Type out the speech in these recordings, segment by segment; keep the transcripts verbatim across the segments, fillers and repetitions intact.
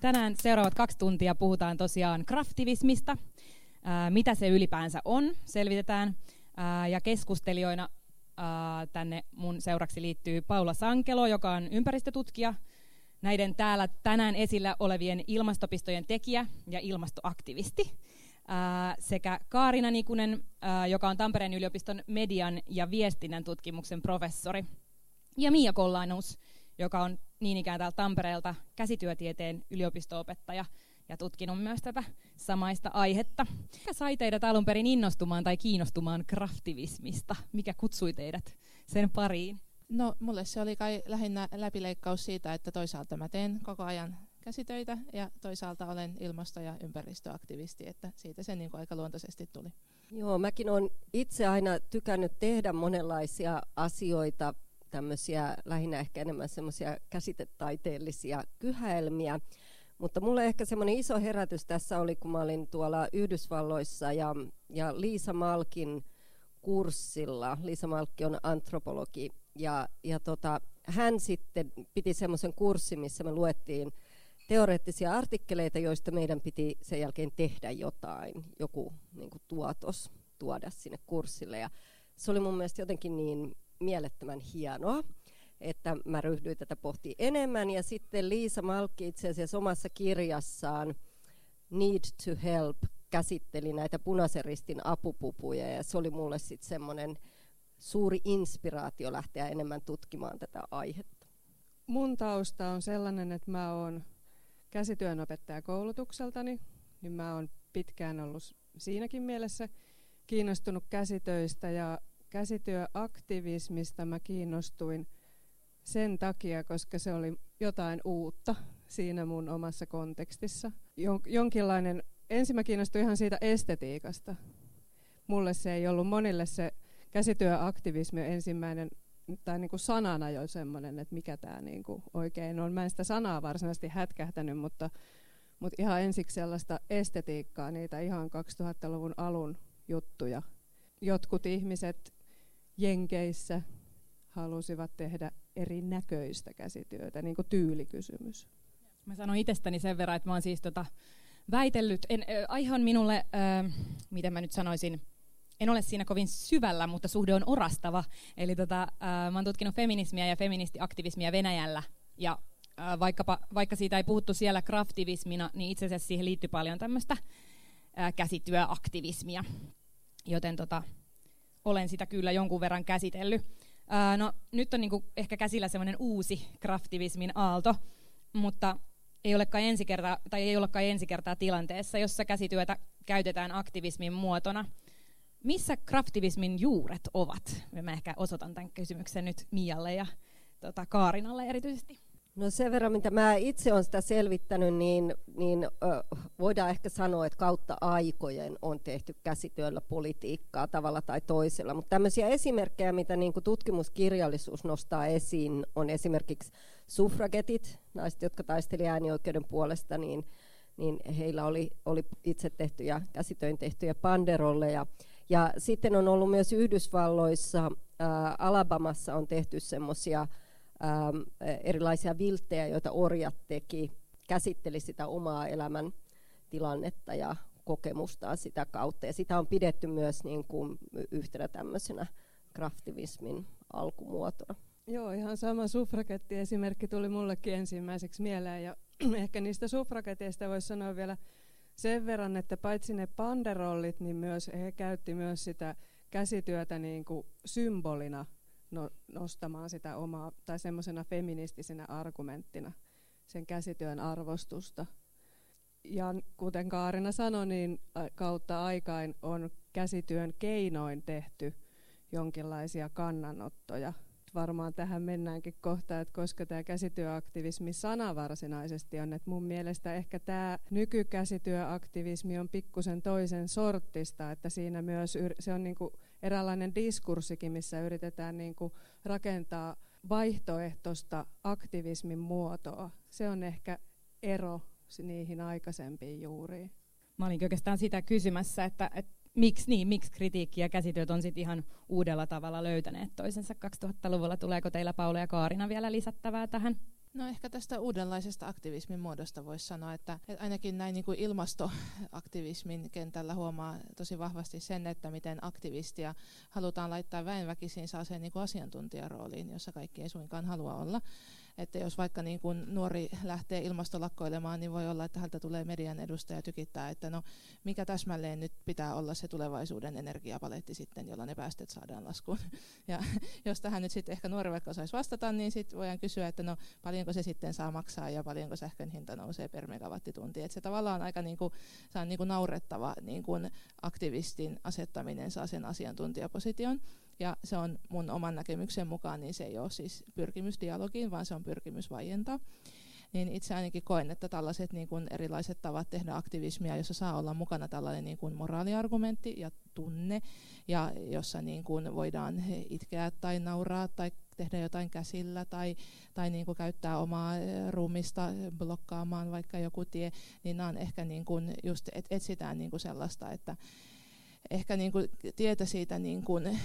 Tänään seuraavat kaksi tuntia puhutaan tosiaan craftivismista, ää, mitä se ylipäänsä on, selvitetään, ää, ja keskustelijoina ää, tänne mun seuraksi liittyy Paula Sankelo, joka on ympäristötutkija, näiden täällä tänään esillä olevien ilmastopistojen tekijä ja ilmastoaktivisti, ää, sekä Kaarina Nikunen, ää, joka on Tampereen yliopiston median ja viestinnän tutkimuksen professori, ja Mia Kollanus, joka on niin ikään täältä Tampereelta käsityötieteen yliopisto-opettaja ja tutkinut myös tätä samaista aihetta. Mikä sai teidät alun perin innostumaan tai kiinnostumaan craftivismista? Mikä kutsui teidät sen pariin? No mulle se oli kai lähinnä läpileikkaus siitä, että toisaalta mä teen koko ajan käsitöitä ja toisaalta olen ilmasto- ja ympäristöaktivisti, että siitä se niin kuin aika luontaisesti tuli. Joo, mäkin olen itse aina tykännyt tehdä monenlaisia asioita, tämmöisiä lähinnä ehkä enemmän semmoisia käsitetaiteellisia kyhäelmiä. Mutta mulle ehkä semmoinen iso herätys tässä oli, kun mä olin tuolla Yhdysvalloissa ja, ja Liisa Malkin kurssilla. Liisa Malkki on antropologi ja, ja tota, hän sitten piti semmoisen kurssin, missä me luettiin teoreettisia artikkeleita, joista meidän piti sen jälkeen tehdä jotain, joku niin kuin tuotos tuoda sinne kurssille. Ja se oli mun mielestä jotenkin niin mielettömän hienoa, että mä ryhdyin tätä pohtimaan enemmän. Ja sitten Liisa Malkki itse asiassa omassa kirjassaan Need to Help käsitteli näitä Punaisen Ristin apupupuja. Ja se oli mulle sitten semmoinen suuri inspiraatio lähteä enemmän tutkimaan tätä aihetta. Mun tausta on sellainen, että mä oon käsityönopettaja koulutukseltani, niin mä oon pitkään ollut siinäkin mielessä kiinnostunut käsitöistä ja käsityöaktivismista mä kiinnostuin sen takia, koska se oli jotain uutta siinä mun omassa kontekstissa. Jonkinlainen, ensin mä kiinnostuin ihan siitä estetiikasta. Mulle se ei ollut, monille se käsityöaktivismi on ensimmäinen, tai niin kuin sanana jo semmoinen, että mikä tämä niin kuin oikein on. Mä en sitä sanaa varsinaisesti hätkähtänyt, mutta, mutta ihan ensiksi sellaista estetiikkaa, niitä ihan kaksituhattaluvun alun juttuja. Jotkut ihmiset Jenkeissä halusivat tehdä erinäköistä käsityötä, niin kuin tyylikysymys. Mä sanon itsestäni sen verran, että mä oon siis tota väitellyt, en, äh, aihe on minulle, äh, miten mä nyt sanoisin, en ole siinä kovin syvällä, mutta suhde on orastava. Eli tota, äh, mä oon tutkinut feminismiä ja feministiaktivismia Venäjällä, ja äh, vaikkapa, vaikka siitä ei puhuttu siellä craftivismina, niin itse asiassa siihen liittyy paljon tämmöistä äh, käsityöaktivismia, joten tota, olen sitä kyllä jonkun verran käsitellyt. Ää, no, nyt on niinku ehkä käsillä semmoinen uusi craftivismin aalto, mutta ei olekaan ensi kertaa, tai ei olekaan ensi kertaa tilanteessa, jossa käsityötä käytetään aktivismin muotona. Missä craftivismin juuret ovat? Mä ehkä osoitan tämän kysymyksen nyt Mialle ja tota, Kaarinalle erityisesti. No sen verran, mitä mä itse olen sitä selvittänyt, niin, niin ö, voidaan ehkä sanoa, että kautta aikojen on tehty käsityöllä politiikkaa tavalla tai toisella. Mutta tämmöisiä esimerkkejä, mitä niin kuin tutkimuskirjallisuus nostaa esiin, on esimerkiksi suffragetit, naiset, jotka taistelivat äänioikeuden puolesta, niin, niin heillä oli, oli itse tehtyjä, käsitöin tehtyjä banderolleja. Ja sitten on ollut myös Yhdysvalloissa, ää, Alabamassa on tehty semmoisia Ähm, erilaisia vilttejä, joita orjat teki, käsitteli sitä omaa elämän tilannetta ja kokemustaan sitä kautta. Ja sitä on pidetty myös niin kuin yhtenä tämmöisenä craftivismin alkumuotona. Joo, ihan sama suffragettiesimerkki tuli mullekin ensimmäiseksi mieleen. Ja ehkä niistä suffrageteista voisi sanoa vielä sen verran, että paitsi ne banderollit, niin myös he käytti myös sitä käsityötä niin kuin symbolina No, nostamaan sitä omaa, tai semmoisena feministisenä argumenttina sen käsityön arvostusta. Ja kuten Kaarina sanoi, niin kautta aikain on käsityön keinoin tehty jonkinlaisia kannanottoja. Varmaan tähän mennäänkin kohta, että koska tämä käsityöaktivismi sana varsinaisesti on, että mun mielestä ehkä tämä nykykäsityöaktivismi on pikkusen toisen sorttista, että siinä myös se on niinku eräänlainen diskurssikin, missä yritetään niinku rakentaa vaihtoehtoista aktivismin muotoa. Se on ehkä ero niihin aikaisempiin juuriin. Mä olin oikeastaan sitä kysymässä, että, että miksi niin, miksi kritiikki ja käsityöt on sitten ihan uudella tavalla löytäneet toisensa kaksituhattaluvulla. Tuleeko teillä Paula ja Kaarina vielä lisättävää tähän? No ehkä tästä uudenlaisesta aktivismin muodosta voisi sanoa, että ainakin näin niin kuin ilmastoaktivismin kentällä huomaa tosi vahvasti sen, että miten aktivistia halutaan laittaa väenväkisin sellaiseen niin kuin asiantuntijarooliin, jossa kaikki ei suinkaan halua olla. Että jos vaikka niin kun nuori lähtee ilmastolakkoilemaan, niin voi olla, että häneltä tulee median edustaja tykittää, että no mikä täsmälleen nyt pitää olla se tulevaisuuden energiapaletti sitten, jolla ne päästöt saadaan laskuun. Ja jos tähän nyt sitten ehkä nuori vaikka osaisi vastata, niin sitten voidaan kysyä, että no paljonko se sitten saa maksaa ja paljonko sähkön hinta nousee per megawattitunti. Että se tavallaan aika niin kuin, se on niin kuin naurettava niin kuin aktivistin asettaminen saa sen asiantuntijaposition. Ja se on mun oman näkemyksen mukaan, niin se ei ole siis pyrkimys dialogiin, vaan se on pyrkimys vaientaa. Niin itse ainakin koen, että tällaiset niin kuin erilaiset tavat tehdä aktivismia, jossa saa olla mukana tällainen niin kuin moraaliargumentti ja tunne, ja jossa niin kuin voidaan itkeä tai nauraa tai tehdä jotain käsillä tai, tai niin kuin käyttää omaa ruumista blokkaamaan vaikka joku tie, niin nämä on ehkä niin kuin just et, etsitään niin kuin sellaista, että ehkä niin kuin tietä siitä niin kuin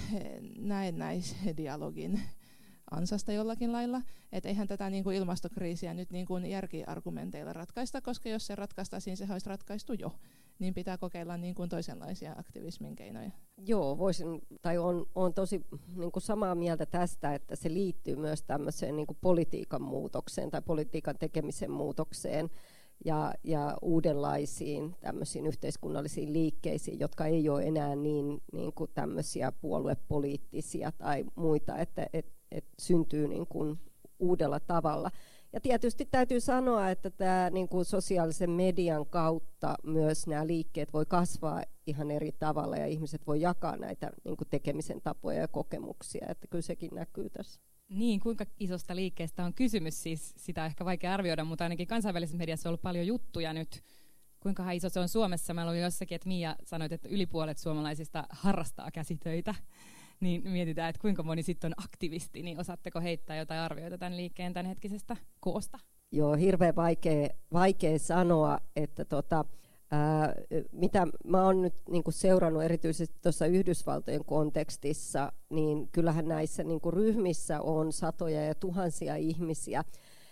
näennäisdialogin ansasta jollakin lailla. Että eihän tätä niin kuin ilmastokriisiä nyt niin kuin järkiargumenteilla ratkaista, koska jos se ratkaistaisiin, se olisi ratkaistu jo. Niin pitää kokeilla niin kuin toisenlaisia aktivismin keinoja. Joo, voisin, tai on, on tosi niin kuin samaa mieltä tästä, että se liittyy myös tämmöiseen niin kuin politiikan muutokseen tai politiikan tekemisen muutokseen. Ja, ja uudenlaisiin tämmöisiin yhteiskunnallisiin liikkeisiin, jotka ei ole enää niin, niin kuin tämmöisiä puoluepoliittisia tai muita, että et, et syntyy niin kuin uudella tavalla. Ja tietysti täytyy sanoa, että tämä niin kuin sosiaalisen median kautta myös nämä liikkeet voi kasvaa ihan eri tavalla ja ihmiset voi jakaa näitä niin kuin tekemisen tapoja ja kokemuksia, että kyllä sekin näkyy tässä. Niin, kuinka isosta liikkeestä on kysymys, siis sitä on ehkä vaikea arvioida, mutta ainakin kansainvälisessä mediassa on ollut paljon juttuja nyt. Kuinka iso se on Suomessa? Meillä oli jossakin, että Mia sanoit, että yli puolet suomalaisista harrastaa käsitöitä. Niin mietitään, että kuinka moni sitten on aktivisti, niin osaatteko heittää jotain arvioita tämän liikkeen tämänhetkisestä koosta? Joo, hirveän vaikea, vaikea sanoa, että tota, ää, mitä mä oon nyt niin kuin seurannut erityisesti tuossa Yhdysvaltojen kontekstissa, niin kyllähän näissä niin kuin ryhmissä on satoja ja tuhansia ihmisiä,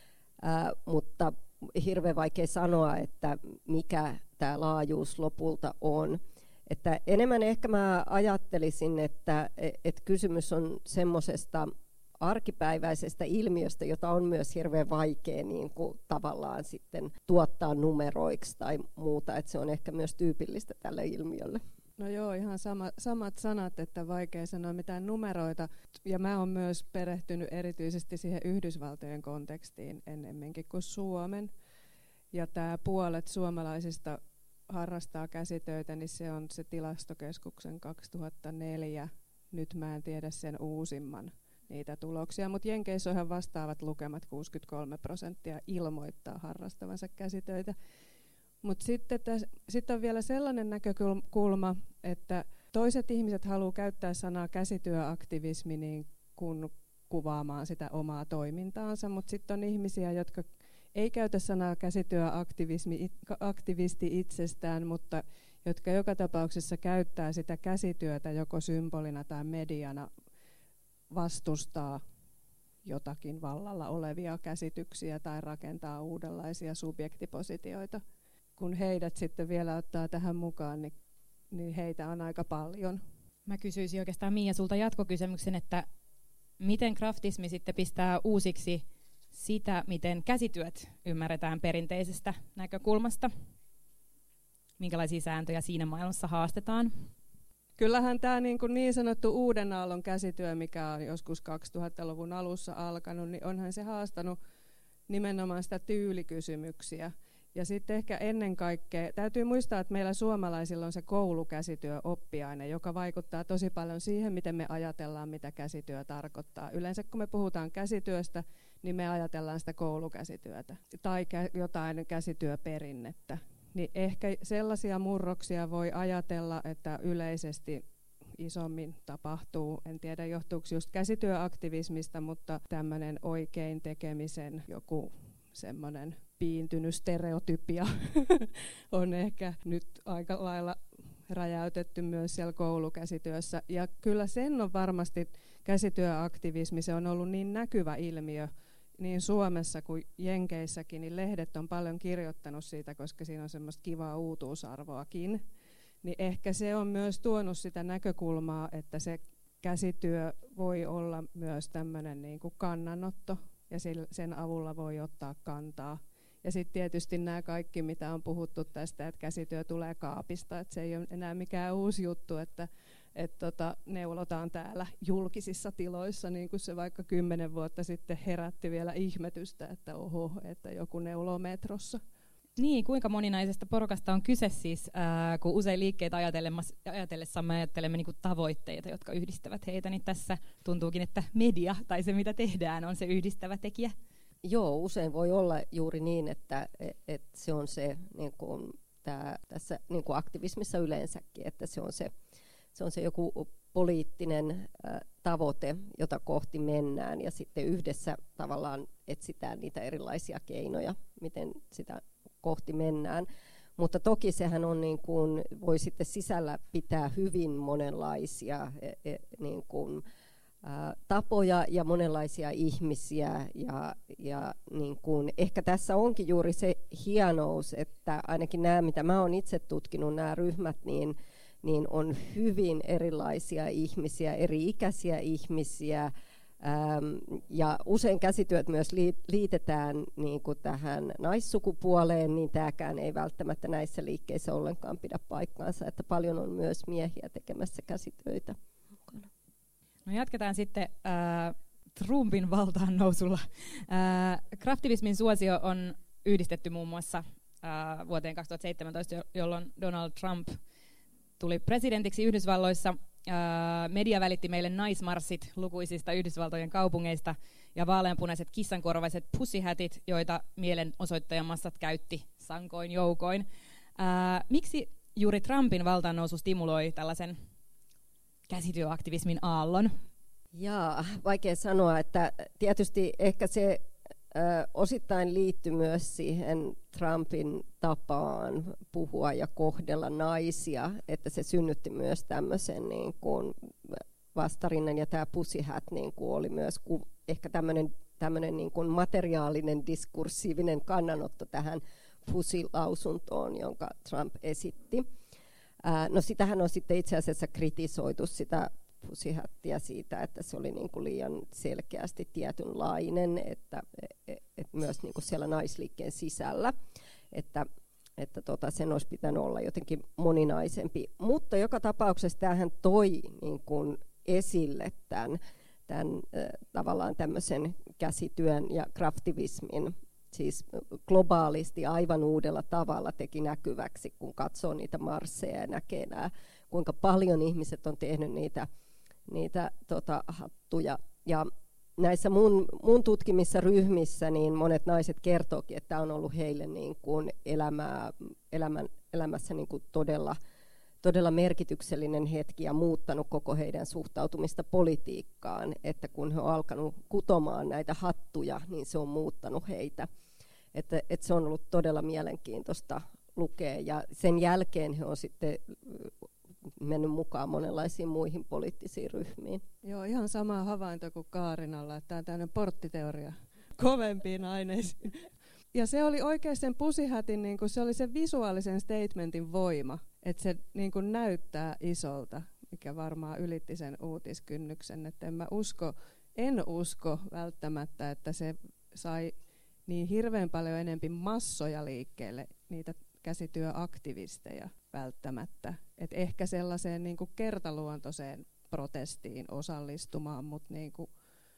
ää, mutta hirveän vaikea sanoa, että mikä tämä laajuus lopulta on. Että enemmän ehkä mä ajattelisin, että et kysymys on semmoisesta arkipäiväisestä ilmiöstä, jota on myös hirveän vaikea niin kuin tavallaan sitten tuottaa numeroiksi tai muuta, että se on ehkä myös tyypillistä tälle ilmiölle. No joo, ihan sama, samat sanat, että vaikea sanoa mitään numeroita. Ja mä oon myös perehtynyt erityisesti siihen Yhdysvaltojen kontekstiin ennemminkin kuin Suomen. Ja tämä puolet suomalaisista harrastaa käsitöitä, niin se on se Tilastokeskuksen kaksituhattaneljä. Nyt mä en tiedä sen uusimman niitä tuloksia, mutta Jenkeissä on ihan vastaavat lukemat, kuusikymmentäkolme prosenttia ilmoittaa harrastavansa käsitöitä. Mutta sitten sit on vielä sellainen näkökulma, että toiset ihmiset haluaa käyttää sanaa käsityöaktivismi niin kun kuvaamaan sitä omaa toimintaansa, mutta sitten on ihmisiä, jotka ei käytä sanaa käsityöaktivismi, aktivisti itsestään, mutta jotka joka tapauksessa käyttää sitä käsityötä joko symbolina tai mediana vastustaa jotakin vallalla olevia käsityksiä tai rakentaa uudenlaisia subjektipositioita. Kun heidät sitten vielä ottaa tähän mukaan, niin, niin heitä on aika paljon. Mä kysyisin oikeastaan Mia sulta jatkokysymyksen, että miten kraftismi sitten pistää uusiksi sitä, miten käsityöt ymmärretään perinteisestä näkökulmasta? Minkälaisia sääntöjä siinä maailmassa haastetaan? Kyllähän tämä niin, niin sanottu uuden aallon käsityö, mikä on joskus kaksituhattaluvun alussa alkanut, niin onhan se haastanut nimenomaan sitä tyylikysymyksiä. Ja sitten ehkä ennen kaikkea, täytyy muistaa, että meillä suomalaisilla on se koulukäsityöoppiaine, joka vaikuttaa tosi paljon siihen, miten me ajatellaan, mitä käsityö tarkoittaa. Yleensä kun me puhutaan käsityöstä, niin me ajatellaan sitä koulukäsityötä tai jotain käsityöperinnettä. Niin ehkä sellaisia murroksia voi ajatella, että yleisesti isommin tapahtuu. En tiedä, johtuuko just käsityöaktivismista, mutta tämmöinen oikein tekemisen joku semmoinen piintynyt stereotypia on ehkä nyt aika lailla räjäytetty myös siellä koulukäsityössä. Ja kyllä sen on varmasti käsityöaktivismi, se on ollut niin näkyvä ilmiö niin Suomessa kuin Jenkeissäkin, niin lehdet on paljon kirjoittanut siitä, koska siinä on semmoista kivaa uutuusarvoakin. Niin ehkä se on myös tuonut sitä näkökulmaa, että se käsityö voi olla myös tämmöinen niin kuin kannanotto, ja sen avulla voi ottaa kantaa. Ja sitten tietysti nämä kaikki, mitä on puhuttu tästä, että käsityö tulee kaapista, että se ei ole enää mikään uusi juttu, että et tota, neulotaan täällä julkisissa tiloissa, niin kuin se vaikka kymmenen vuotta sitten herätti vielä ihmetystä, että oho, että joku neuloo metrossa. Niin, kuinka moninaisesta porukasta on kyse siis, ää, kun usein liikkeitä ajatellessamme ajattelemme niin kuin tavoitteita, jotka yhdistävät heitä, niin tässä tuntuukin, että media tai se, mitä tehdään, on se yhdistävä tekijä. Joo, usein voi olla juuri niin, että, että se on se niin kuin tää, tässä niin kuin aktivismissa yleensäkin, että se on se, se on se joku poliittinen äh, tavoite, jota kohti mennään, ja sitten yhdessä tavallaan etsitään niitä erilaisia keinoja, miten sitä kohti mennään. Mutta toki sehän on niin kuin, voi sitten sisällä pitää hyvin monenlaisia e, e, niin kuin, ä, tapoja ja monenlaisia ihmisiä. Ja, ja niin kuin, ehkä tässä onkin juuri se hienous, että ainakin nämä, mitä mä oon itse tutkinut, nämä ryhmät, niin, niin on hyvin erilaisia ihmisiä, eri ikäisiä ihmisiä. Ähm, ja usein käsityöt myös liitetään niin kuin tähän naissukupuoleen, niin tämäkään ei välttämättä näissä liikkeissä ollenkaan pidä paikkaansa, että paljon on myös miehiä tekemässä käsitöitä mukana. No jatketaan sitten äh, Trumpin valtaan nousulla. Äh, Craftivismin suosio on yhdistetty muun muassa äh, vuoteen kaksituhattaseitsemäntoista, jolloin Donald Trump tuli presidentiksi Yhdysvalloissa. Uh, media välitti meille naismarssit lukuisista Yhdysvaltojen kaupungeista ja vaaleanpunaiset kissankorvaiset pussyhatit, joita mielenosoittajamassat käytti sankoin joukoin. Uh, miksi juuri Trumpin valtaannousu stimuloi tällaisen käsityöaktivismin aallon? Jaa, vaikea sanoa, että tietysti ehkä se ö, osittain liittyy myös siihen Trumpin tapaan puhua ja kohdella naisia, että se synnytti myös tämmöisen niin kuin vastarinnan, ja tämä pussyhat niin kuin oli myös ku, ehkä tämmöinen tämmöinen niin kuin materiaalinen diskursiivinen kannanotto tähän pussy-lausuntoon, jonka Trump esitti. Ää, no sitähän on sitten itse asiassa kritisoitu sitä pussyhattia siitä, että se oli niin kuin liian selkeästi tietynlainen, että et, et myös niin kuin siellä naisliikkeen sisällä, että, että tota, sen olisi pitänyt olla jotenkin moninaisempi. Mutta joka tapauksessa tämähän toi niin kuin esille tämän, tämän äh, tavallaan tämmöisen käsityön ja craftivismin, siis globaalisti aivan uudella tavalla teki näkyväksi, kun katsoo niitä marsseja ja näkee nää, kuinka paljon ihmiset on tehnyt niitä, niitä tota, hattuja. Ja näissä mun, mun tutkimissa ryhmissä niin monet naiset kertookin, että tämä on ollut heille niin kuin elämää, elämän, elämässä niin kuin todella, todella merkityksellinen hetki ja muuttanut koko heidän suhtautumista politiikkaan, että kun he on alkanut kutomaan näitä hattuja, niin se on muuttanut heitä. Että, että se on ollut todella mielenkiintoista lukea, ja sen jälkeen he on sitten mennyt mukaan monenlaisiin muihin poliittisiin ryhmiin. Joo, ihan sama havainto kuin Kaarinalla, että tämä on tämmöinen porttiteoria kovempiin aineisiin. Ja se oli oikein sen pussyhatin, niin se oli sen visuaalisen statementin voima, että se niin kuin näyttää isolta, mikä varmaan ylitti sen uutiskynnyksen. Että en mä usko, en usko välttämättä, että se sai niin hirveän paljon enempi massoja liikkeelle, niitä käsityöaktivisteja välttämättä. Et ehkä sellaiseen niin kuin kertaluontoiseen protestiin osallistumaan, mutta niin kuin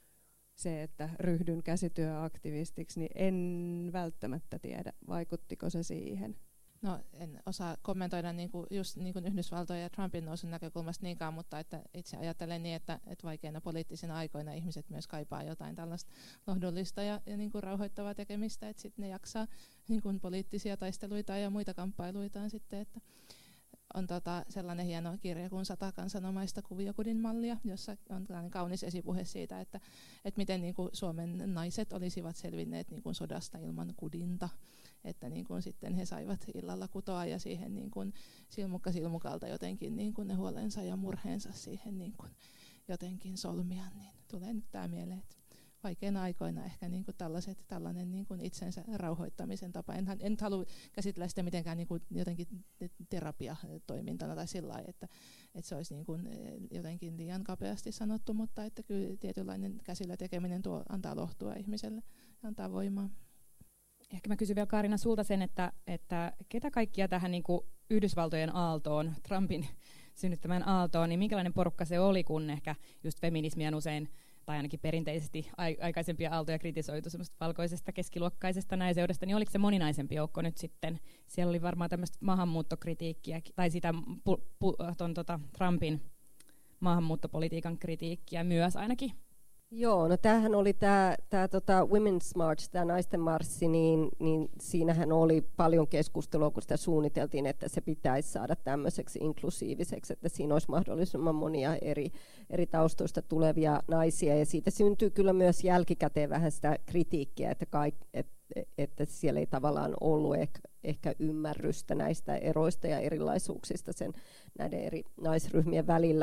se, että ryhdyn käsityöaktivistiksi, niin en välttämättä tiedä, vaikuttiko se siihen. No, en osaa kommentoida niin kuin, just niin kuin Yhdysvaltojen ja Trumpin nousun näkökulmasta niinkään, mutta että itse ajattelen niin, että, että vaikeina poliittisina aikoina ihmiset myös kaipaa jotain tällaista lohdullista ja, ja niin kuin rauhoittavaa tekemistä, että sitten ne jaksaa niin kuin poliittisia taisteluita ja muita kamppailuitaan sitten, että on tota sellainen hieno kirja kuin Sata kansanomaista kuviokudin mallia, jossa on tällainen kaunis esipuhe siitä, että, että miten niin kuin Suomen naiset olisivat selvinneet niin kuin sodasta ilman kudinta. Että niin kuin sitten he saivat illalla kutoa ja siihen niin kuin silmukka silmukalta jotenkin niin kuin ne huolensa ja murheensa siihen niin kuin jotenkin solmia. Niin tulee nyt tämä mieleen, että vaikeina aikoina ehkä niin kuin tällaiset, tällainen niin kuin itsensä rauhoittamisen tapa. En, en halua käsitellä sitä mitenkään niin kuin jotenkin terapiatoimintana tai sillä lailla, että, että se olisi niin kuin jotenkin liian kapeasti sanottu, mutta että kyllä tietynlainen käsillä tekeminen tuo, antaa lohtua ihmiselle ja antaa voimaa. Ehkä mä kysyn vielä Kaarina sulta sen, että, että ketä kaikkia tähän niin kuin Yhdysvaltojen aaltoon, Trumpin synnyttämään aaltoon, niin minkälainen porukka se oli, kun ehkä just feminismiä on usein, tai ainakin perinteisesti aikaisempia aaltoja kritisoitu semmoista valkoisesta keskiluokkaisesta naiseudesta, niin oliko se moninaisempi joukko nyt sitten? Siellä oli varmaan tämmöistä maahanmuuttokritiikkiä, tai sitä pu, pu, ton, tota, Trumpin maahanmuuttopolitiikan kritiikkiä myös ainakin. Joo, no tämähän oli tämä tää, tota Women's March, tämä naisten marssi, niin, niin siinähän oli paljon keskustelua, kun sitä suunniteltiin, että se pitäisi saada tämmöiseksi inklusiiviseksi, että siinä olisi mahdollisimman monia eri, eri taustoista tulevia naisia, ja siitä syntyy kyllä myös jälkikäteen vähän sitä kritiikkiä, että, kaik, et, että siellä ei tavallaan ollut ehkä, ehkä ymmärrystä näistä eroista ja erilaisuuksista sen näiden eri naisryhmien välillä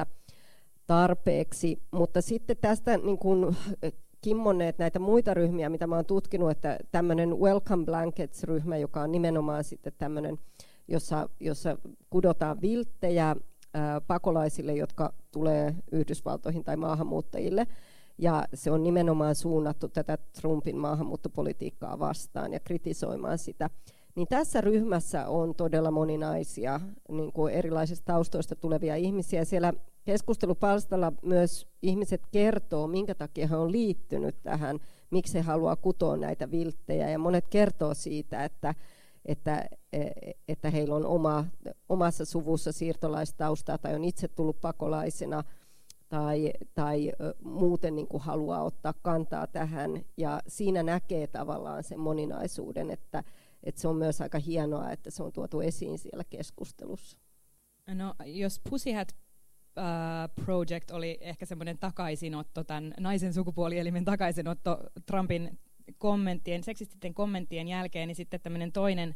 tarpeeksi, mutta sitten tästä niin kuin kimmonneet näitä muita ryhmiä, mitä mä oon tutkinut, että tämmöinen Welcome Blankets-ryhmä, joka on nimenomaan sitten tämmöinen, jossa, jossa kudotaan vilttejä ää, pakolaisille, jotka tulee Yhdysvaltoihin tai maahanmuuttajille, ja se on nimenomaan suunnattu tätä Trumpin maahanmuuttopolitiikkaa vastaan ja kritisoimaan sitä. Niin tässä ryhmässä on todella moninaisia niin kuin erilaisista taustoista tulevia ihmisiä. Siellä keskustelupalstalla myös ihmiset kertoo, minkä takia he on liittynyt tähän, miksi he haluaa kutoa näitä vilttejä. Ja monet kertoo siitä, että, että, että heillä on oma, omassa suvussa siirtolaistaustaa tai on itse tullut pakolaisena tai, tai muuten niin kuin haluaa ottaa kantaa tähän. Ja siinä näkee tavallaan sen moninaisuuden, että Että se on myös aika hienoa, että se on tuotu esiin siellä keskustelussa. No, jos Pussy Hat uh, Project oli ehkä semmoinen takaisinotto, tämän naisen sukupuolielimen takaisinotto Trumpin kommenttien, seksististen kommenttien jälkeen, niin sitten tämmöinen toinen,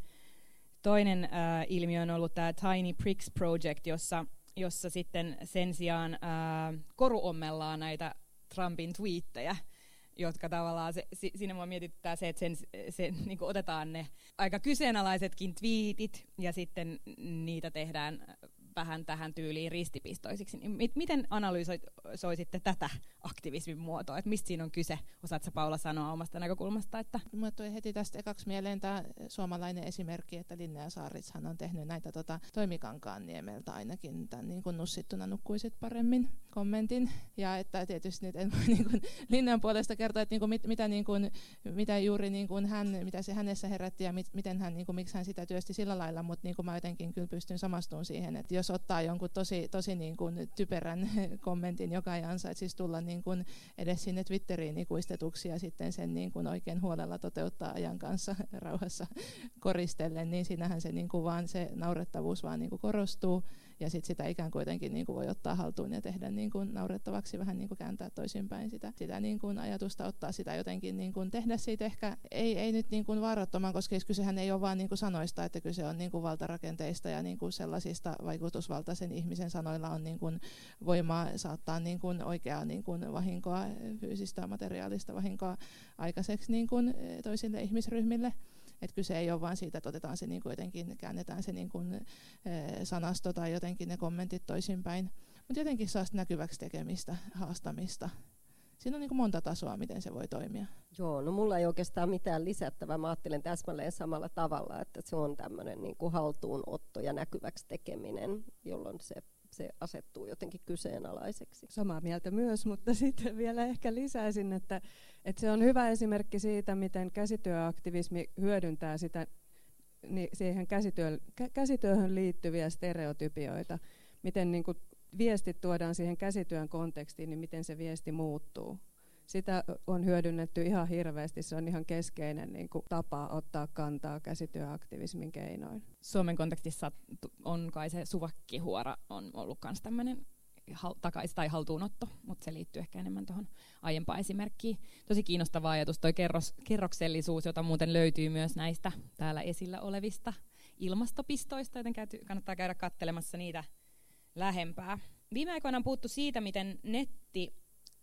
toinen uh, ilmiö on ollut tämä Tiny Pricks Project, jossa, jossa sitten sen sijaan uh, koruommellaan näitä Trumpin twiittejä, jotka tavallaan, se, si, siinä mua mietittää se, että sen, se, niin kuin otetaan ne aika kyseenalaisetkin twiitit ja sitten niitä tehdään vähän tähän tyyliin ristipistoisiksi. Miten analysoisitte tätä aktivismin muotoa? Että mistä siinä on kyse? Osaatko Paula sanoa omasta näkökulmasta? Että Minulle tuli heti tästä ekaksi mieleen tämä suomalainen esimerkki, että Linnea Saaritshan on tehnyt näitä tota, Toimikankaanniemeltä ainakin tämän niin kuin nussittuna nukkuisit paremmin kommentin. Ja että tietysti nyt en voi niin kuin Linnean puolesta kertoa, että niin kuin mit, mitä, niin kuin, mitä juuri niin kuin hän, mitä se hänessä herätti ja mit, miten hän, niin kuin, miksi hän sitä työsti sillä lailla, mutta niin kuin mä jotenkin kyllä pystyn samastumaan siihen, että jos ottaa jonkun tosi, tosi niin kuin typerän kommentin, joka ei ansaitsisi tulla niin kuin edes sinne Twitteriin ikuistetuksi ja sitten sen niin kuin oikein huolella toteuttaa ajan kanssa rauhassa koristellen, niin siinähän se, niin kuin vaan se naurettavuus vaan niin kuin korostuu ja sitten sitä ikään kuin jotenkin niin kuin voi ottaa haltuun ja tehdä niin kuin naurettavaksi, vähän niin kuin kääntää toisinpäin sitä, sitä niin kuin ajatusta, ottaa sitä jotenkin niin kuin tehdä siitä ehkä, ei, ei nyt niin kuin vaarattoman, koska kysehän ei ole vaan niin kuin sanoista, että kyse on niin kuin valtarakenteista ja niin kuin sellaisista vaikutusvaltaisen ihmisen sanoilla on niin kuin voimaa saattaa niin kuin oikeaa niin kuin vahinkoa, fyysistä materiaalista vahinkoa aikaiseksi niin kuin toisille ihmisryhmille. Että kyse ei ole vain siitä, että otetaan se niin kuin jotenkin, käännetään se niin kuin, e, sanasto tai jotenkin ne kommentit toisinpäin. Mutta jotenkin saa näkyväksi tekemistä, haastamista. Siinä on niin kuin monta tasoa, miten se voi toimia. Joo, no mulla ei oikeastaan mitään lisättävää. Mä ajattelen täsmälleen samalla tavalla, että se on tämmöinen niin kuin haltuunotto ja näkyväksi tekeminen, jolloin se se asettuu jotenkin kyseenalaiseksi. Samaa mieltä myös, mutta sitten vielä ehkä lisäisin, että, että se on hyvä esimerkki siitä, miten käsityöaktivismi hyödyntää sitä, niin siihen käsityö, käsityöhön liittyviä stereotypioita, miten niin kuin viestit tuodaan siihen käsityön kontekstiin, niin miten se viesti muuttuu. Sitä on hyödynnetty ihan hirveästi, se on ihan keskeinen niin kuin tapa ottaa kantaa käsityöaktivismin keinoin. Suomen kontekstissa on kai se suvakkihuora on ollut myös tämmöinen takaisin tai haltuunotto, mutta se liittyy ehkä enemmän tuohon aiempaan esimerkkiin. Tosi kiinnostava ajatus toi kerros, kerroksellisuus, jota muuten löytyy myös näistä täällä esillä olevista ilmastopistoista, joten kannattaa käydä katselemassa niitä lähempää. Viime aikoina on puhuttu siitä, miten netti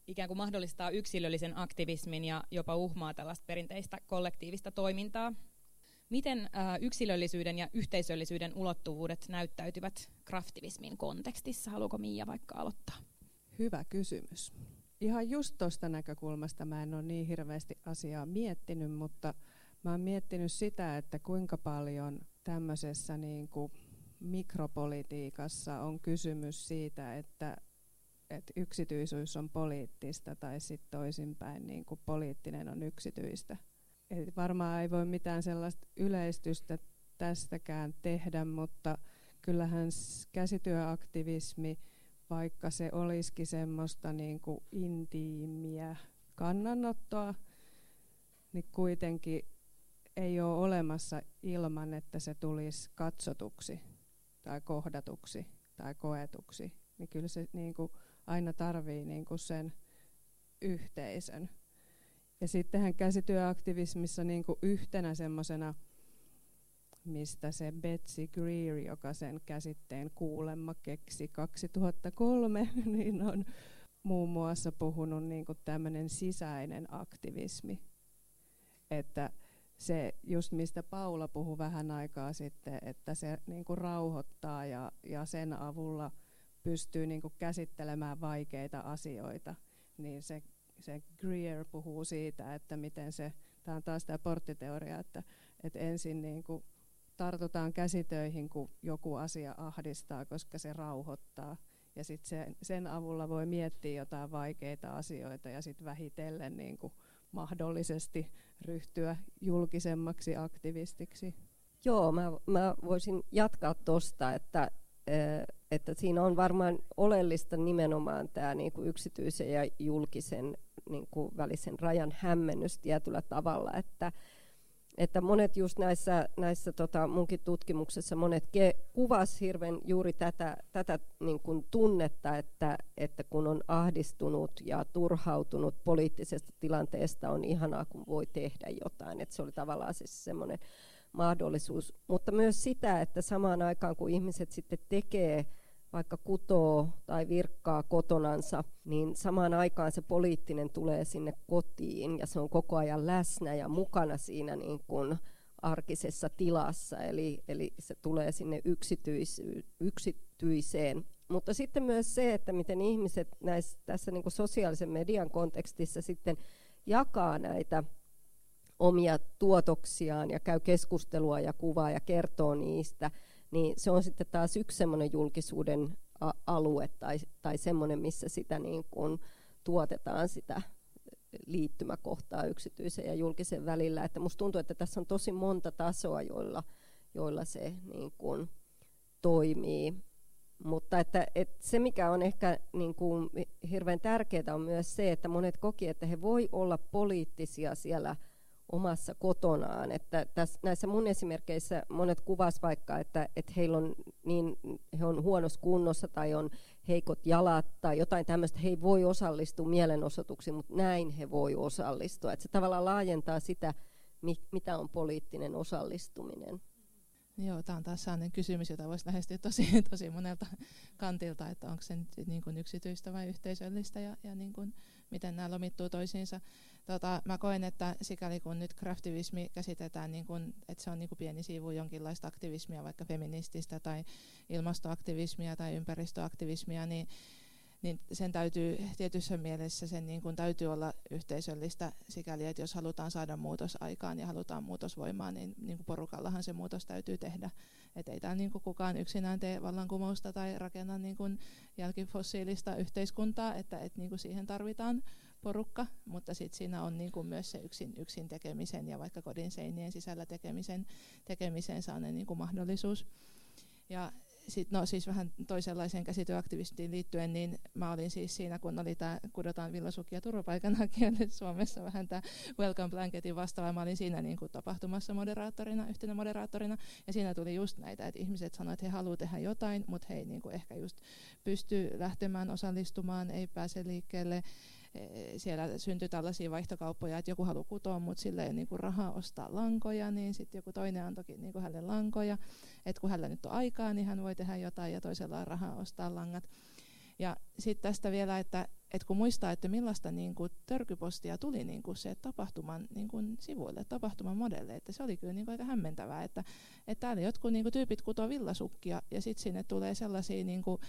ikään kuin mahdollistaa yksilöllisen aktivismin ja jopa uhmaa tällaista perinteistä kollektiivista toimintaa. Miten äh, yksilöllisyyden ja yhteisöllisyyden ulottuvuudet näyttäytyvät craftivismin kontekstissa? Haluaako Miia vaikka aloittaa? Hyvä kysymys. Ihan just tuosta näkökulmasta mä en ole niin hirveästi asiaa miettinyt, mutta mä oon miettinyt sitä, että kuinka paljon tämmöisessä niin kuin mikropolitiikassa on kysymys siitä, että, että yksityisyys on poliittista tai sitten toisinpäin niin kuin poliittinen on yksityistä. Eli varmaan ei voi mitään sellaista yleistystä tästäkään tehdä, mutta kyllähän käsityöaktivismi, vaikka se olisikin semmoista niin kuin intiimiä kannanottoa, niin kuitenkin ei ole olemassa ilman, että se tulisi katsotuksi tai kohdatuksi tai koetuksi. Niin kyllä se niin kuin aina tarvii niin kuin sen yhteisön. Ja sittenhän käsityöaktivismissa niin kuin yhtenä semmoisena, mistä se Betsy Greer, joka sen käsitteen kuulemma keksi kaksituhattakolme, niin on muun muassa puhunut niin kuin tämmöinen sisäinen aktivismi. Että se just mistä Paula puhui vähän aikaa sitten, että se niin kuin rauhoittaa ja, ja sen avulla pystyy niin kuin käsittelemään vaikeita asioita, niin se Se Greer puhuu siitä, että miten se, tämä on taas tämä porttiteoria, että, että ensin niin kuin tartutaan käsitöihin, kun joku asia ahdistaa, koska se rauhoittaa. Ja sitten sen, sen avulla voi miettiä jotain vaikeita asioita ja sitten vähitellen niin kuin mahdollisesti ryhtyä julkisemmaksi aktivistiksi. Joo, mä, mä voisin jatkaa tuosta, että että siinä on varmaan oleellista nimenomaan tämä niinku yksityisen ja julkisen niinku välisen rajan hämmennys tietyllä tavalla, että, että monet just näissä, näissä tota munkin tutkimuksessa monet ke- kuvas hirveän juuri tätä, tätä niinku tunnetta, että, että kun on ahdistunut ja turhautunut poliittisesta tilanteesta, on ihanaa, kun voi tehdä jotain, että se oli tavallaan siis semmoinen mahdollisuus, mutta myös sitä, että samaan aikaan kun ihmiset sitten tekee vaikka kutoo tai virkkaa kotonansa, niin samaan aikaan se poliittinen tulee sinne kotiin ja se on koko ajan läsnä ja mukana siinä niin kuin arkisessa tilassa, eli, eli se tulee sinne yksityis, yksityiseen. Mutta sitten myös se, että miten ihmiset näissä, tässä niin kuin sosiaalisen median kontekstissa sitten jakaa näitä omia tuotoksiaan ja käy keskustelua ja kuvaa ja kertoo niistä, niin se on sitten taas yksi semmoinen julkisuuden a- alue tai, tai semmoinen, missä sitä niin kuin tuotetaan sitä liittymäkohtaa yksityisen ja julkisen välillä. Että musta tuntuu, että tässä on tosi monta tasoa, joilla, joilla se niin kuin toimii. Mutta että, että se, mikä on ehkä niin kuin hirveän tärkeää, on myös se, että monet koki, että he voi olla poliittisia siellä omassa kotonaan. Että tässä, näissä mun esimerkkeissä monet kuvas vaikka, että, että heillä on niin, he on huonossa kunnossa tai on heikot jalat tai jotain tämmöistä, he ei voi osallistua mielenosoituksiin, mutta näin he voi osallistua. Että se tavallaan laajentaa sitä, mitä on poliittinen osallistuminen. Joo, tämä on taas sellainen kysymys, jota voisi lähestyä tosi, tosi monelta kantilta, että onko se nyt niin kuin yksityistä vai yhteisöllistä ja, ja niin kuin, miten nämä lomittuu toisiinsa. Tota, mä koen, että sikäli kun nyt craftivismi käsitetään, niin kuin, että se on niin kuin pieni siivu jonkinlaista aktivismia, vaikka feminististä tai ilmastoaktivismia tai ympäristöaktivismia, niin niin sen täytyy tietyssä mielessä sen niin kuin täytyy olla yhteisöllistä sikäli, että jos halutaan saada muutos aikaan ja halutaan muutosvoimaa, niin, niin kuin porukallahan se muutos täytyy tehdä. Et ei täällä niin kuin kukaan yksinään tee vallankumousta tai rakenna niin kuin jälkifossiilista yhteiskuntaa, että et niin kuin siihen tarvitaan porukka, mutta sitten siinä on niin kuin myös se yksin, yksin tekemisen ja vaikka kodin seinien sisällä tekemisen, tekemisen saaneen niin kuin mahdollisuus. Ja sitten no siis vähän toisenlaiseen käsityöaktivistiin liittyen, niin mä olin siis siinä, kun oli tämä kudotaan villasukia turvapaikanhakijoille Suomessa vähän tämä Welcome Blanketin vastaava. Mä olin siinä niin kuin tapahtumassa moderaattorina, yhtenä moderaattorina, ja siinä tuli just näitä, että ihmiset sanoivat, että he haluavat tehdä jotain, mutta he ei niin kuin ehkä just pysty lähtemään osallistumaan, ei pääse liikkeelle. Siellä syntyi tällaisia vaihtokauppoja, että joku haluaa kutoa, mutta sillä ei ole niinku rahaa ostaa lankoja, niin sitten joku toinen antoikin niinku hänelle lankoja. Että kun hänellä nyt on aikaa, niin hän voi tehdä jotain ja toisella on rahaa ostaa langat. Ja sitten tästä vielä, että, että kun muistaa, että millaista niin kuin törkypostia tuli niin kuin se tapahtuman niin kuin sivuille, tapahtuman modelle, että se oli kyllä niin kuin aika hämmentävää, että, että täällä jotkut niin kuin tyypit kutoo villasukkia ja sitten sinne tulee sellaisia, niin kuin,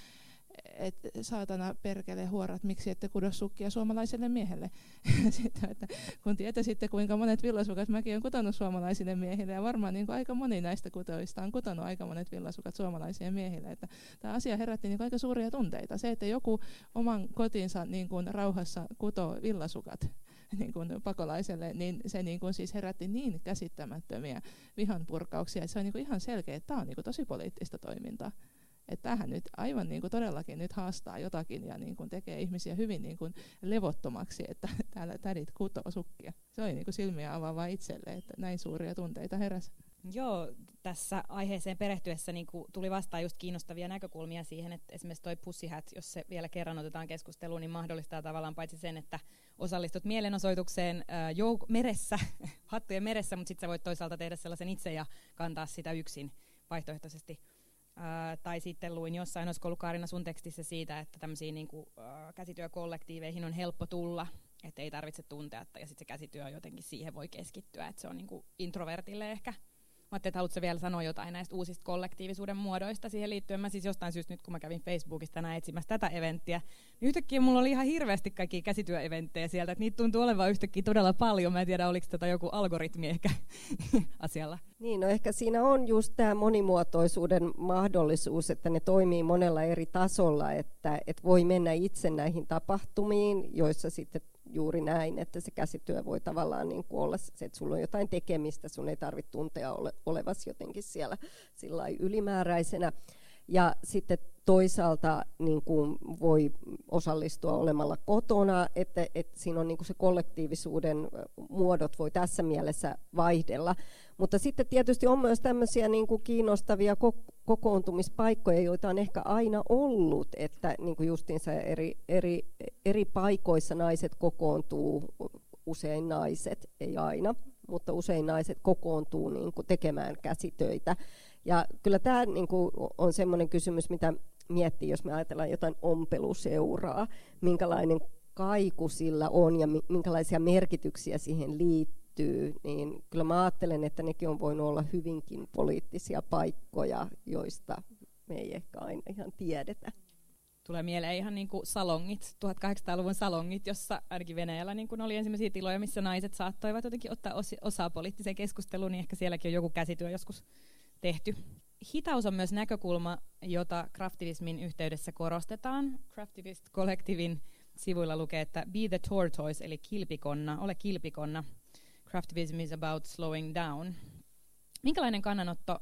että saatana perkele huorat, miksi ette kudo sukkia suomalaiselle miehelle. Sitten, että kun tietäisitte, kuinka monet villasukat mäkin olen kutonut suomalaisille miehille, ja varmaan niin kuin aika moni näistä kutoista on kutonut aika monet villasukat suomalaisille miehille. Että tämä asia herätti niin kuin aika suuria tunteita. Se, että joku oman kotinsa niin kuin rauhassa kutoo villasukat niin kuin pakolaiselle, niin se niin kuin siis herätti niin käsittämättömiä vihanpurkauksia, että se on niin kuin ihan selkeä, että tämä on niin kuin tosi poliittista toimintaa. Että tämähän nyt aivan niin kuin todellakin nyt haastaa jotakin ja niin kuin tekee ihmisiä hyvin niin kuin levottomaksi, että täällä tädit kutoo sukkia. Se oli niin kuin silmiä avaavaa itselle, että näin suuria tunteita heräsi. Joo, tässä aiheeseen perehtyessä niin kuin tuli vastaan just kiinnostavia näkökulmia siihen, että esimerkiksi toi Pussy Hat, jos se vielä kerran otetaan keskusteluun, niin mahdollistaa tavallaan paitsi sen, että osallistut mielenosoitukseen ää, jouk- meressä, hattujen meressä, mutta sitten sä voit toisaalta tehdä sellaisen itse ja kantaa sitä yksin vaihtoehtoisesti. Uh, tai sitten luin jossain, olisiko ollut Kaarina sun tekstissä siitä, että tämmöisiin niinku, uh, käsityökollektiiveihin on helppo tulla, että ei tarvitse tuntea, ja sitten se käsityö jotenkin siihen voi keskittyä, että se on niinku introvertille ehkä. Mä ajattelin, että haluatko vielä sanoa jotain näistä uusista kollektiivisuuden muodoista siihen liittyen. Mä siis jostain syystä nyt, kun mä kävin Facebookista tänään etsimässä tätä eventtiä, niin yhtäkkiä mulla oli ihan hirveästi kaikkia käsityöeventtejä sieltä, että niitä tuntuu olevan yhtäkkiä todella paljon. Mä en tiedä, oliko tota joku algoritmi ehkä asialla. Niin, no ehkä siinä on just tämä monimuotoisuuden mahdollisuus, että ne toimii monella eri tasolla, että et voi mennä itse näihin tapahtumiin, joissa sitten juuri näin, että se käsityö voi tavallaan niin kuin olla se, että sulla on jotain tekemistä, sun ei tarvitse tuntea ole, olevas jotenkin siellä sillai ylimääräisenä. Ja sitten toisaalta niin kuin voi osallistua olemalla kotona, että, että siinä on niin kuin se kollektiivisuuden muodot voi tässä mielessä vaihdella. Mutta sitten tietysti on myös tämmöisiä niin kuin kiinnostavia kokoontumispaikkoja, joita on ehkä aina ollut, että niin kuin justiinsa eri, eri, eri paikoissa naiset kokoontuu, usein naiset, ei aina, mutta usein naiset kokoontuu niin kuin tekemään käsitöitä. Ja kyllä tämä niin kuin on semmoinen kysymys, mitä miettii, jos me ajatellaan jotain ompeluseuraa, minkälainen kaiku sillä on ja minkälaisia merkityksiä siihen liittyy, niin kyllä mä ajattelen, että nekin on voinut olla hyvinkin poliittisia paikkoja, joista me ei ehkä aina ihan tiedetä. Tulee mieleen ihan niin kuin salongit, tuhatkahdeksansataaluvun salongit, jossa ainakin Venäjällä niin kuin oli ensimmäisiä tiloja, missä naiset saattoivat jotenkin ottaa osaa poliittiseen keskusteluun, niin ehkä sielläkin on joku käsityö joskus tehty. Hitaus on myös näkökulma, jota craftivismin yhteydessä korostetaan. Craftivist Collectivin sivuilla lukee, että be the tortoise, eli kilpikonna, ole kilpikonna. Craftivism is about slowing down. Minkälainen kannanotto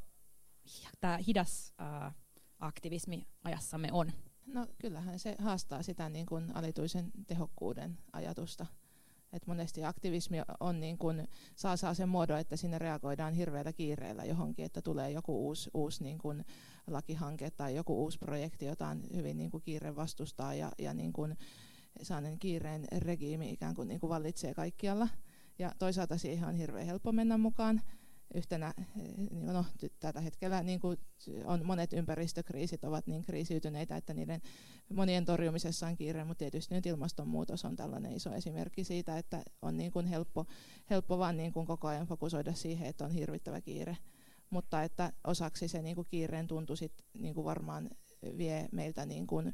tämä hidas äh, aktivismi ajassamme on? No kyllähän se haastaa sitä niin kuin alituisen tehokkuuden ajatusta. Et monesti aktivismi on niin kun, saa, saa sen muodon, että sinne reagoidaan hirveällä kiireellä johonkin, että tulee joku uusi, uusi niin kun lakihanke tai joku uusi projekti, jota on hyvin niin kun kiire vastustaa ja, ja niin kun sellainen kiireen regiimi ikään kuin, niin kuin vallitsee kaikkialla. Ja toisaalta siihen on hirveän helppo mennä mukaan. Yhtenä, no, tällä hetkellä niin kuin on monet ympäristökriisit ovat niin kriisiytyneitä, että niiden monien torjumisessa on kiire, mutta tietysti nyt ilmastonmuutos on tällainen iso esimerkki siitä, että on niin kuin helppo, helppo vaan niin kuin koko ajan fokusoida siihen, että on hirvittävä kiire. Mutta että osaksi se niin kuin kiireen tuntu sit, niin kuin varmaan vie meiltä niin kuin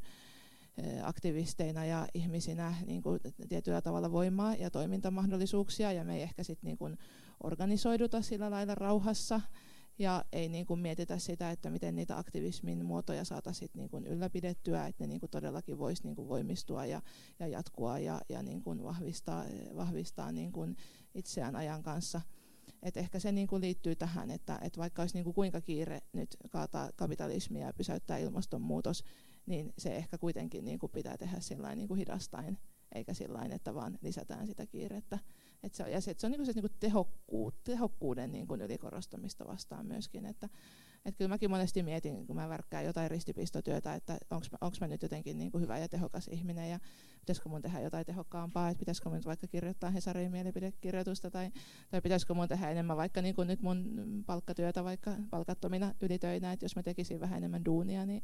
aktivisteina ja ihmisinä niin kuin tietyllä tavalla voimaa ja toimintamahdollisuuksia, ja me ei ehkä sit niin kuin organisoiduta sillä lailla rauhassa ja ei niin kuin mietitä sitä, että miten niitä aktivismin muotoja saataisiin niin kuin ylläpidettyä, että ne niin kuin todellakin voisi niin kuin voimistua ja, ja jatkua ja, ja niin kuin vahvistaa, vahvistaa niin kuin itseään ajan kanssa. Et ehkä se niin kuin liittyy tähän, että, että vaikka olisi niin kuin kuinka kiire nyt kaataa kapitalismia ja pysäyttää ilmastonmuutos, niin se ehkä kuitenkin niin kuin pitää tehdä sillain niin kuin hidastain, eikä sillain, että vaan lisätään sitä kiirettä. Et se on, ja se, se on niin kuin se niin kuin tehokkuud, tehokkuuden niin kuin ylikorostamista vastaan myöskin. Että, et kyllä mäkin monesti mietin, kun mä värkkään jotain ristipistotyötä, että onko mä, mä nyt jotenkin niin kuin hyvä ja tehokas ihminen ja pitäisikö mun tehdä jotain tehokkaampaa, että pitäisikö mun vaikka kirjoittaa Hesarin mielipidekirjoitusta tai, tai pitäisikö mun tehdä enemmän vaikka niin kuin nyt mun palkkatyötä vaikka palkattomina ylitöinä, että jos mä tekisin vähän enemmän duunia, niin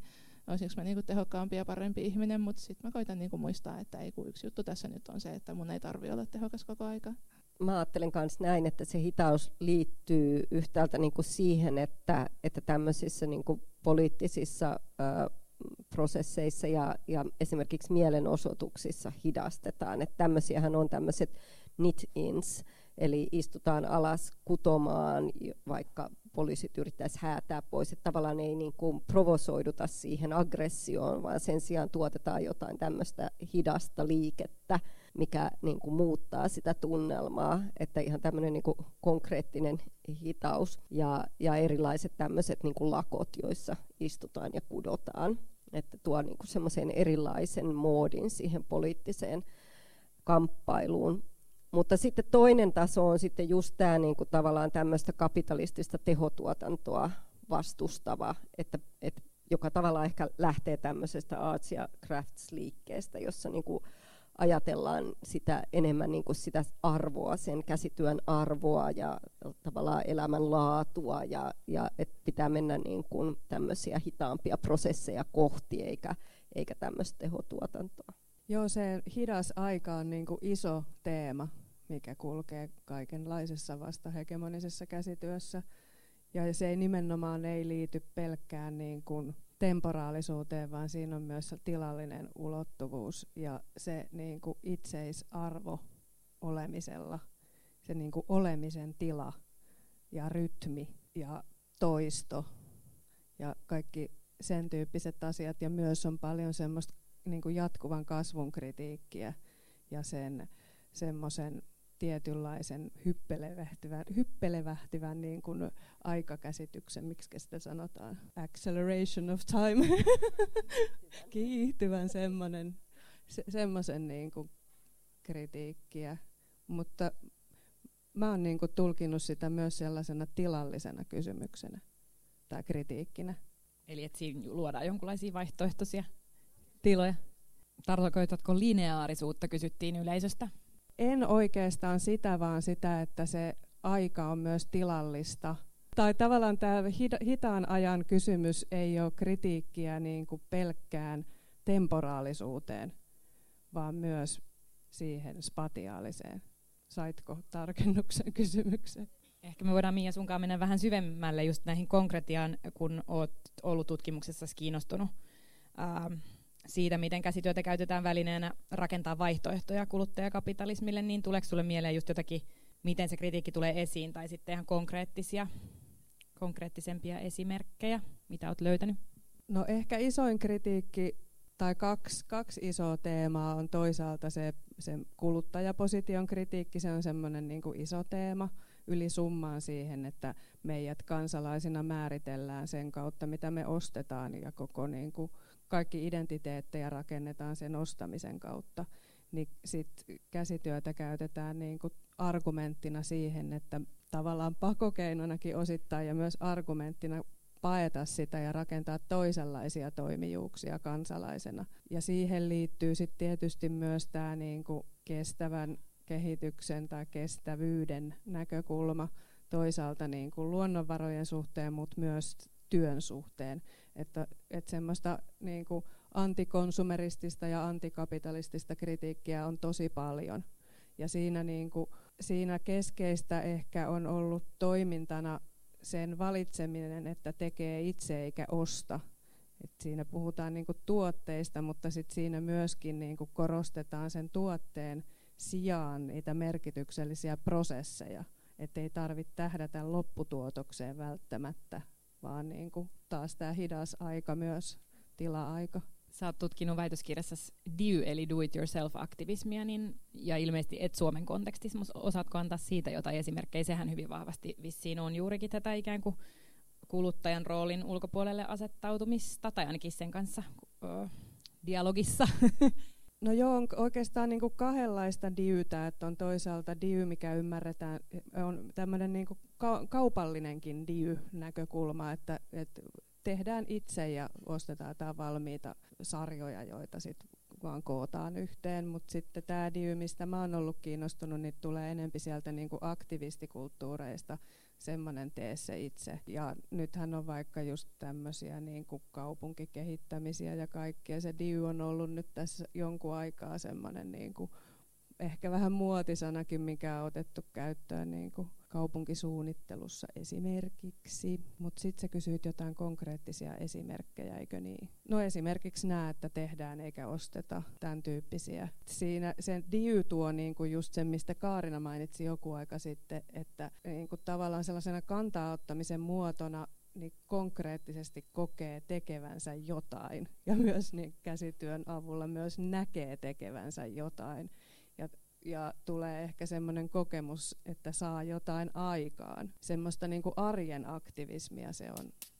olisinko mä niinku tehokkaampi ja parempi ihminen, mutta sitten mä koitan niinku muistaa, että ei kun yksi juttu tässä nyt on se, että mun ei tarvitse olla tehokas koko aika. Mä ajattelen myös näin, että se hitaus liittyy yhtäältä niinku siihen, että, että tämmöisissä niinku poliittisissa ö, prosesseissa ja, ja esimerkiksi mielenosoituksissa hidastetaan. Että tämmöisiähän on tämmöiset knit-ins, eli istutaan alas kutomaan, vaikka poliisit yrittäisi häätää pois. Että tavallaan ei niin kuin provosoiduta siihen aggressioon, vaan sen sijaan tuotetaan jotain tämmöistä hidasta liikettä, mikä niin kuin muuttaa sitä tunnelmaa. Että ihan tämmöinen niin kuin konkreettinen hitaus ja, ja erilaiset tämmöiset niin kuin lakot, joissa istutaan ja kudotaan. Että tuo niin kuin semmoisen erilaisen moodin siihen poliittiseen kamppailuun. Mutta sitten toinen taso on sitten just tämä niin kuin tavallaan tämmöistä kapitalistista tehotuotantoa vastustava, että, että, joka tavallaan ehkä lähtee tämmöisestä arts- ja crafts-liikkeestä, jossa niin kuin ajatellaan sitä enemmän niin kuin sitä arvoa, sen käsityön arvoa ja tavallaan elämänlaatua, ja, ja että pitää mennä niin kuin tämmöisiä hitaampia prosesseja kohti, eikä, eikä tämmöistä tehotuotantoa. Joo, se hidas aika on niin kuin iso teema, mikä kulkee kaikenlaisessa vastahegemonisessa käsityössä. Ja se ei nimenomaan ei liity pelkkään niin kuin temporaalisuuteen, vaan siinä on myös tilallinen ulottuvuus ja se niin kuin itseisarvo olemisella, se niin kuin olemisen tila ja rytmi ja toisto ja kaikki sen tyyppiset asiat. Ja myös on paljon semmoista niin kuin jatkuvan kasvun kritiikkiä ja sen semmoisen tietynlaisen hyppelevähtyvän, hyppelevähtyvän niin kuin aikakäsityksen, miksi sitä sanotaan, acceleration of time, kiihtyvän semmoinen, se, semmoisen niin kuin kritiikkiä, mutta mä oon niin kuin tulkinut sitä myös sellaisena tilallisena kysymyksenä tai kritiikkinä. Eli että siinä luodaan jonkinlaisia vaihtoehtoisia tiloja. Tarkoitatko lineaarisuutta, kysyttiin yleisöstä? En oikeastaan sitä, vaan sitä, että se aika on myös tilallista. Tai tavallaan tämä hitaan ajan kysymys ei ole kritiikkiä niin kuin pelkkään temporaalisuuteen, vaan myös siihen spatiaaliseen. Saitko tarkennuksen kysymykseen? Ehkä me voidaan Miia sunkaan mennä vähän syvemmälle just näihin konkretiaan, kun olet ollut tutkimuksessa kiinnostunut ää, siitä, miten käsityötä käytetään välineenä rakentaa vaihtoehtoja kuluttajakapitalismille, niin tuleeko sulle mieleen just jotakin, miten se kritiikki tulee esiin, tai sitten ihan konkreettisia, konkreettisempia esimerkkejä, mitä olet löytänyt? No ehkä isoin kritiikki, tai kaksi, kaksi isoa teemaa on toisaalta se, se kuluttajaposition kritiikki, se on semmoinen niin kuin iso teema, yli summaan siihen, että meidät kansalaisina määritellään sen kautta, mitä me ostetaan, ja koko niin kuin kaikki identiteettejä rakennetaan sen ostamisen kautta, niin sit käsityötä käytetään niin kuin argumenttina siihen, että tavallaan pakokeinonakin osittain ja myös argumenttina paeta sitä ja rakentaa toisenlaisia toimijuuksia kansalaisena. Ja siihen liittyy sitten tietysti myös tämä niin kuin kestävän kehityksen tai kestävyyden näkökulma toisaalta niin kuin luonnonvarojen suhteen, mutta myös työn suhteen. Että, että semmoista niin kuin antikonsumeristista ja antikapitalistista kritiikkiä on tosi paljon. Ja siinä, niin kuin, siinä keskeistä ehkä on ollut toimintana sen valitseminen, että tekee itse eikä osta. Et siinä puhutaan niin kuin tuotteista, mutta sit siinä myöskin niin kuin korostetaan sen tuotteen sijaan niitä merkityksellisiä prosesseja. Että ei tarvitse tähdätä lopputuotokseen välttämättä, vaan niin kuin taas tämä hidas aika myös, tila-aika. Sä oot tutkinut väitöskirjassasi D I Y eli Do It Yourself-aktivismia, niin, ja ilmeisesti et Suomen kontekstissa, mutta osaatko antaa siitä jotain esimerkkejä? Sehän hyvin vahvasti vissiin on juurikin tätä ikään kuin kuluttajan roolin ulkopuolelle asettautumista, tai ainakin sen kanssa ö, dialogissa. No joo, on oikeastaan niin kuin kahdenlaista D I Ytä, että on toisaalta D I Y, mikä ymmärretään, on tämmöinen niin kuin ka- kaupallinenkin D I Y-näkökulma, että, että tehdään itse ja ostetaan jotain valmiita sarjoja, joita sitten vaan kootaan yhteen, mutta sitten tämä D I Y, mistä mä oon ollut kiinnostunut, niin tulee enempi sieltä niinku aktivistikulttuureista, semmoinen tee se itse. Ja nythän on vaikka just tämmöisiä niinku kaupunkikehittämisiä ja kaikkea. Se D I Y on ollut nyt tässä jonkun aikaa semmoinen niinku ehkä vähän muotisanakin, mikä on otettu käyttöön niinku kaupunkisuunnittelussa esimerkiksi. Mutta sitten sä kysyit jotain konkreettisia esimerkkejä, eikö niin? No esimerkiksi nämä, että tehdään eikä osteta, tämän tyyppisiä. Siinä sen D I Y tuo niinku just sen, mistä Kaarina mainitsi joku aika sitten, että niinku tavallaan sellaisena kantaa ottamisen muotona niin konkreettisesti kokee tekevänsä jotain ja myös niin käsityön avulla myös näkee tekevänsä jotain. Ja, ja tulee ehkä semmoinen kokemus, että saa jotain aikaan. Semmoista niin kuin arjen aktivismia se on.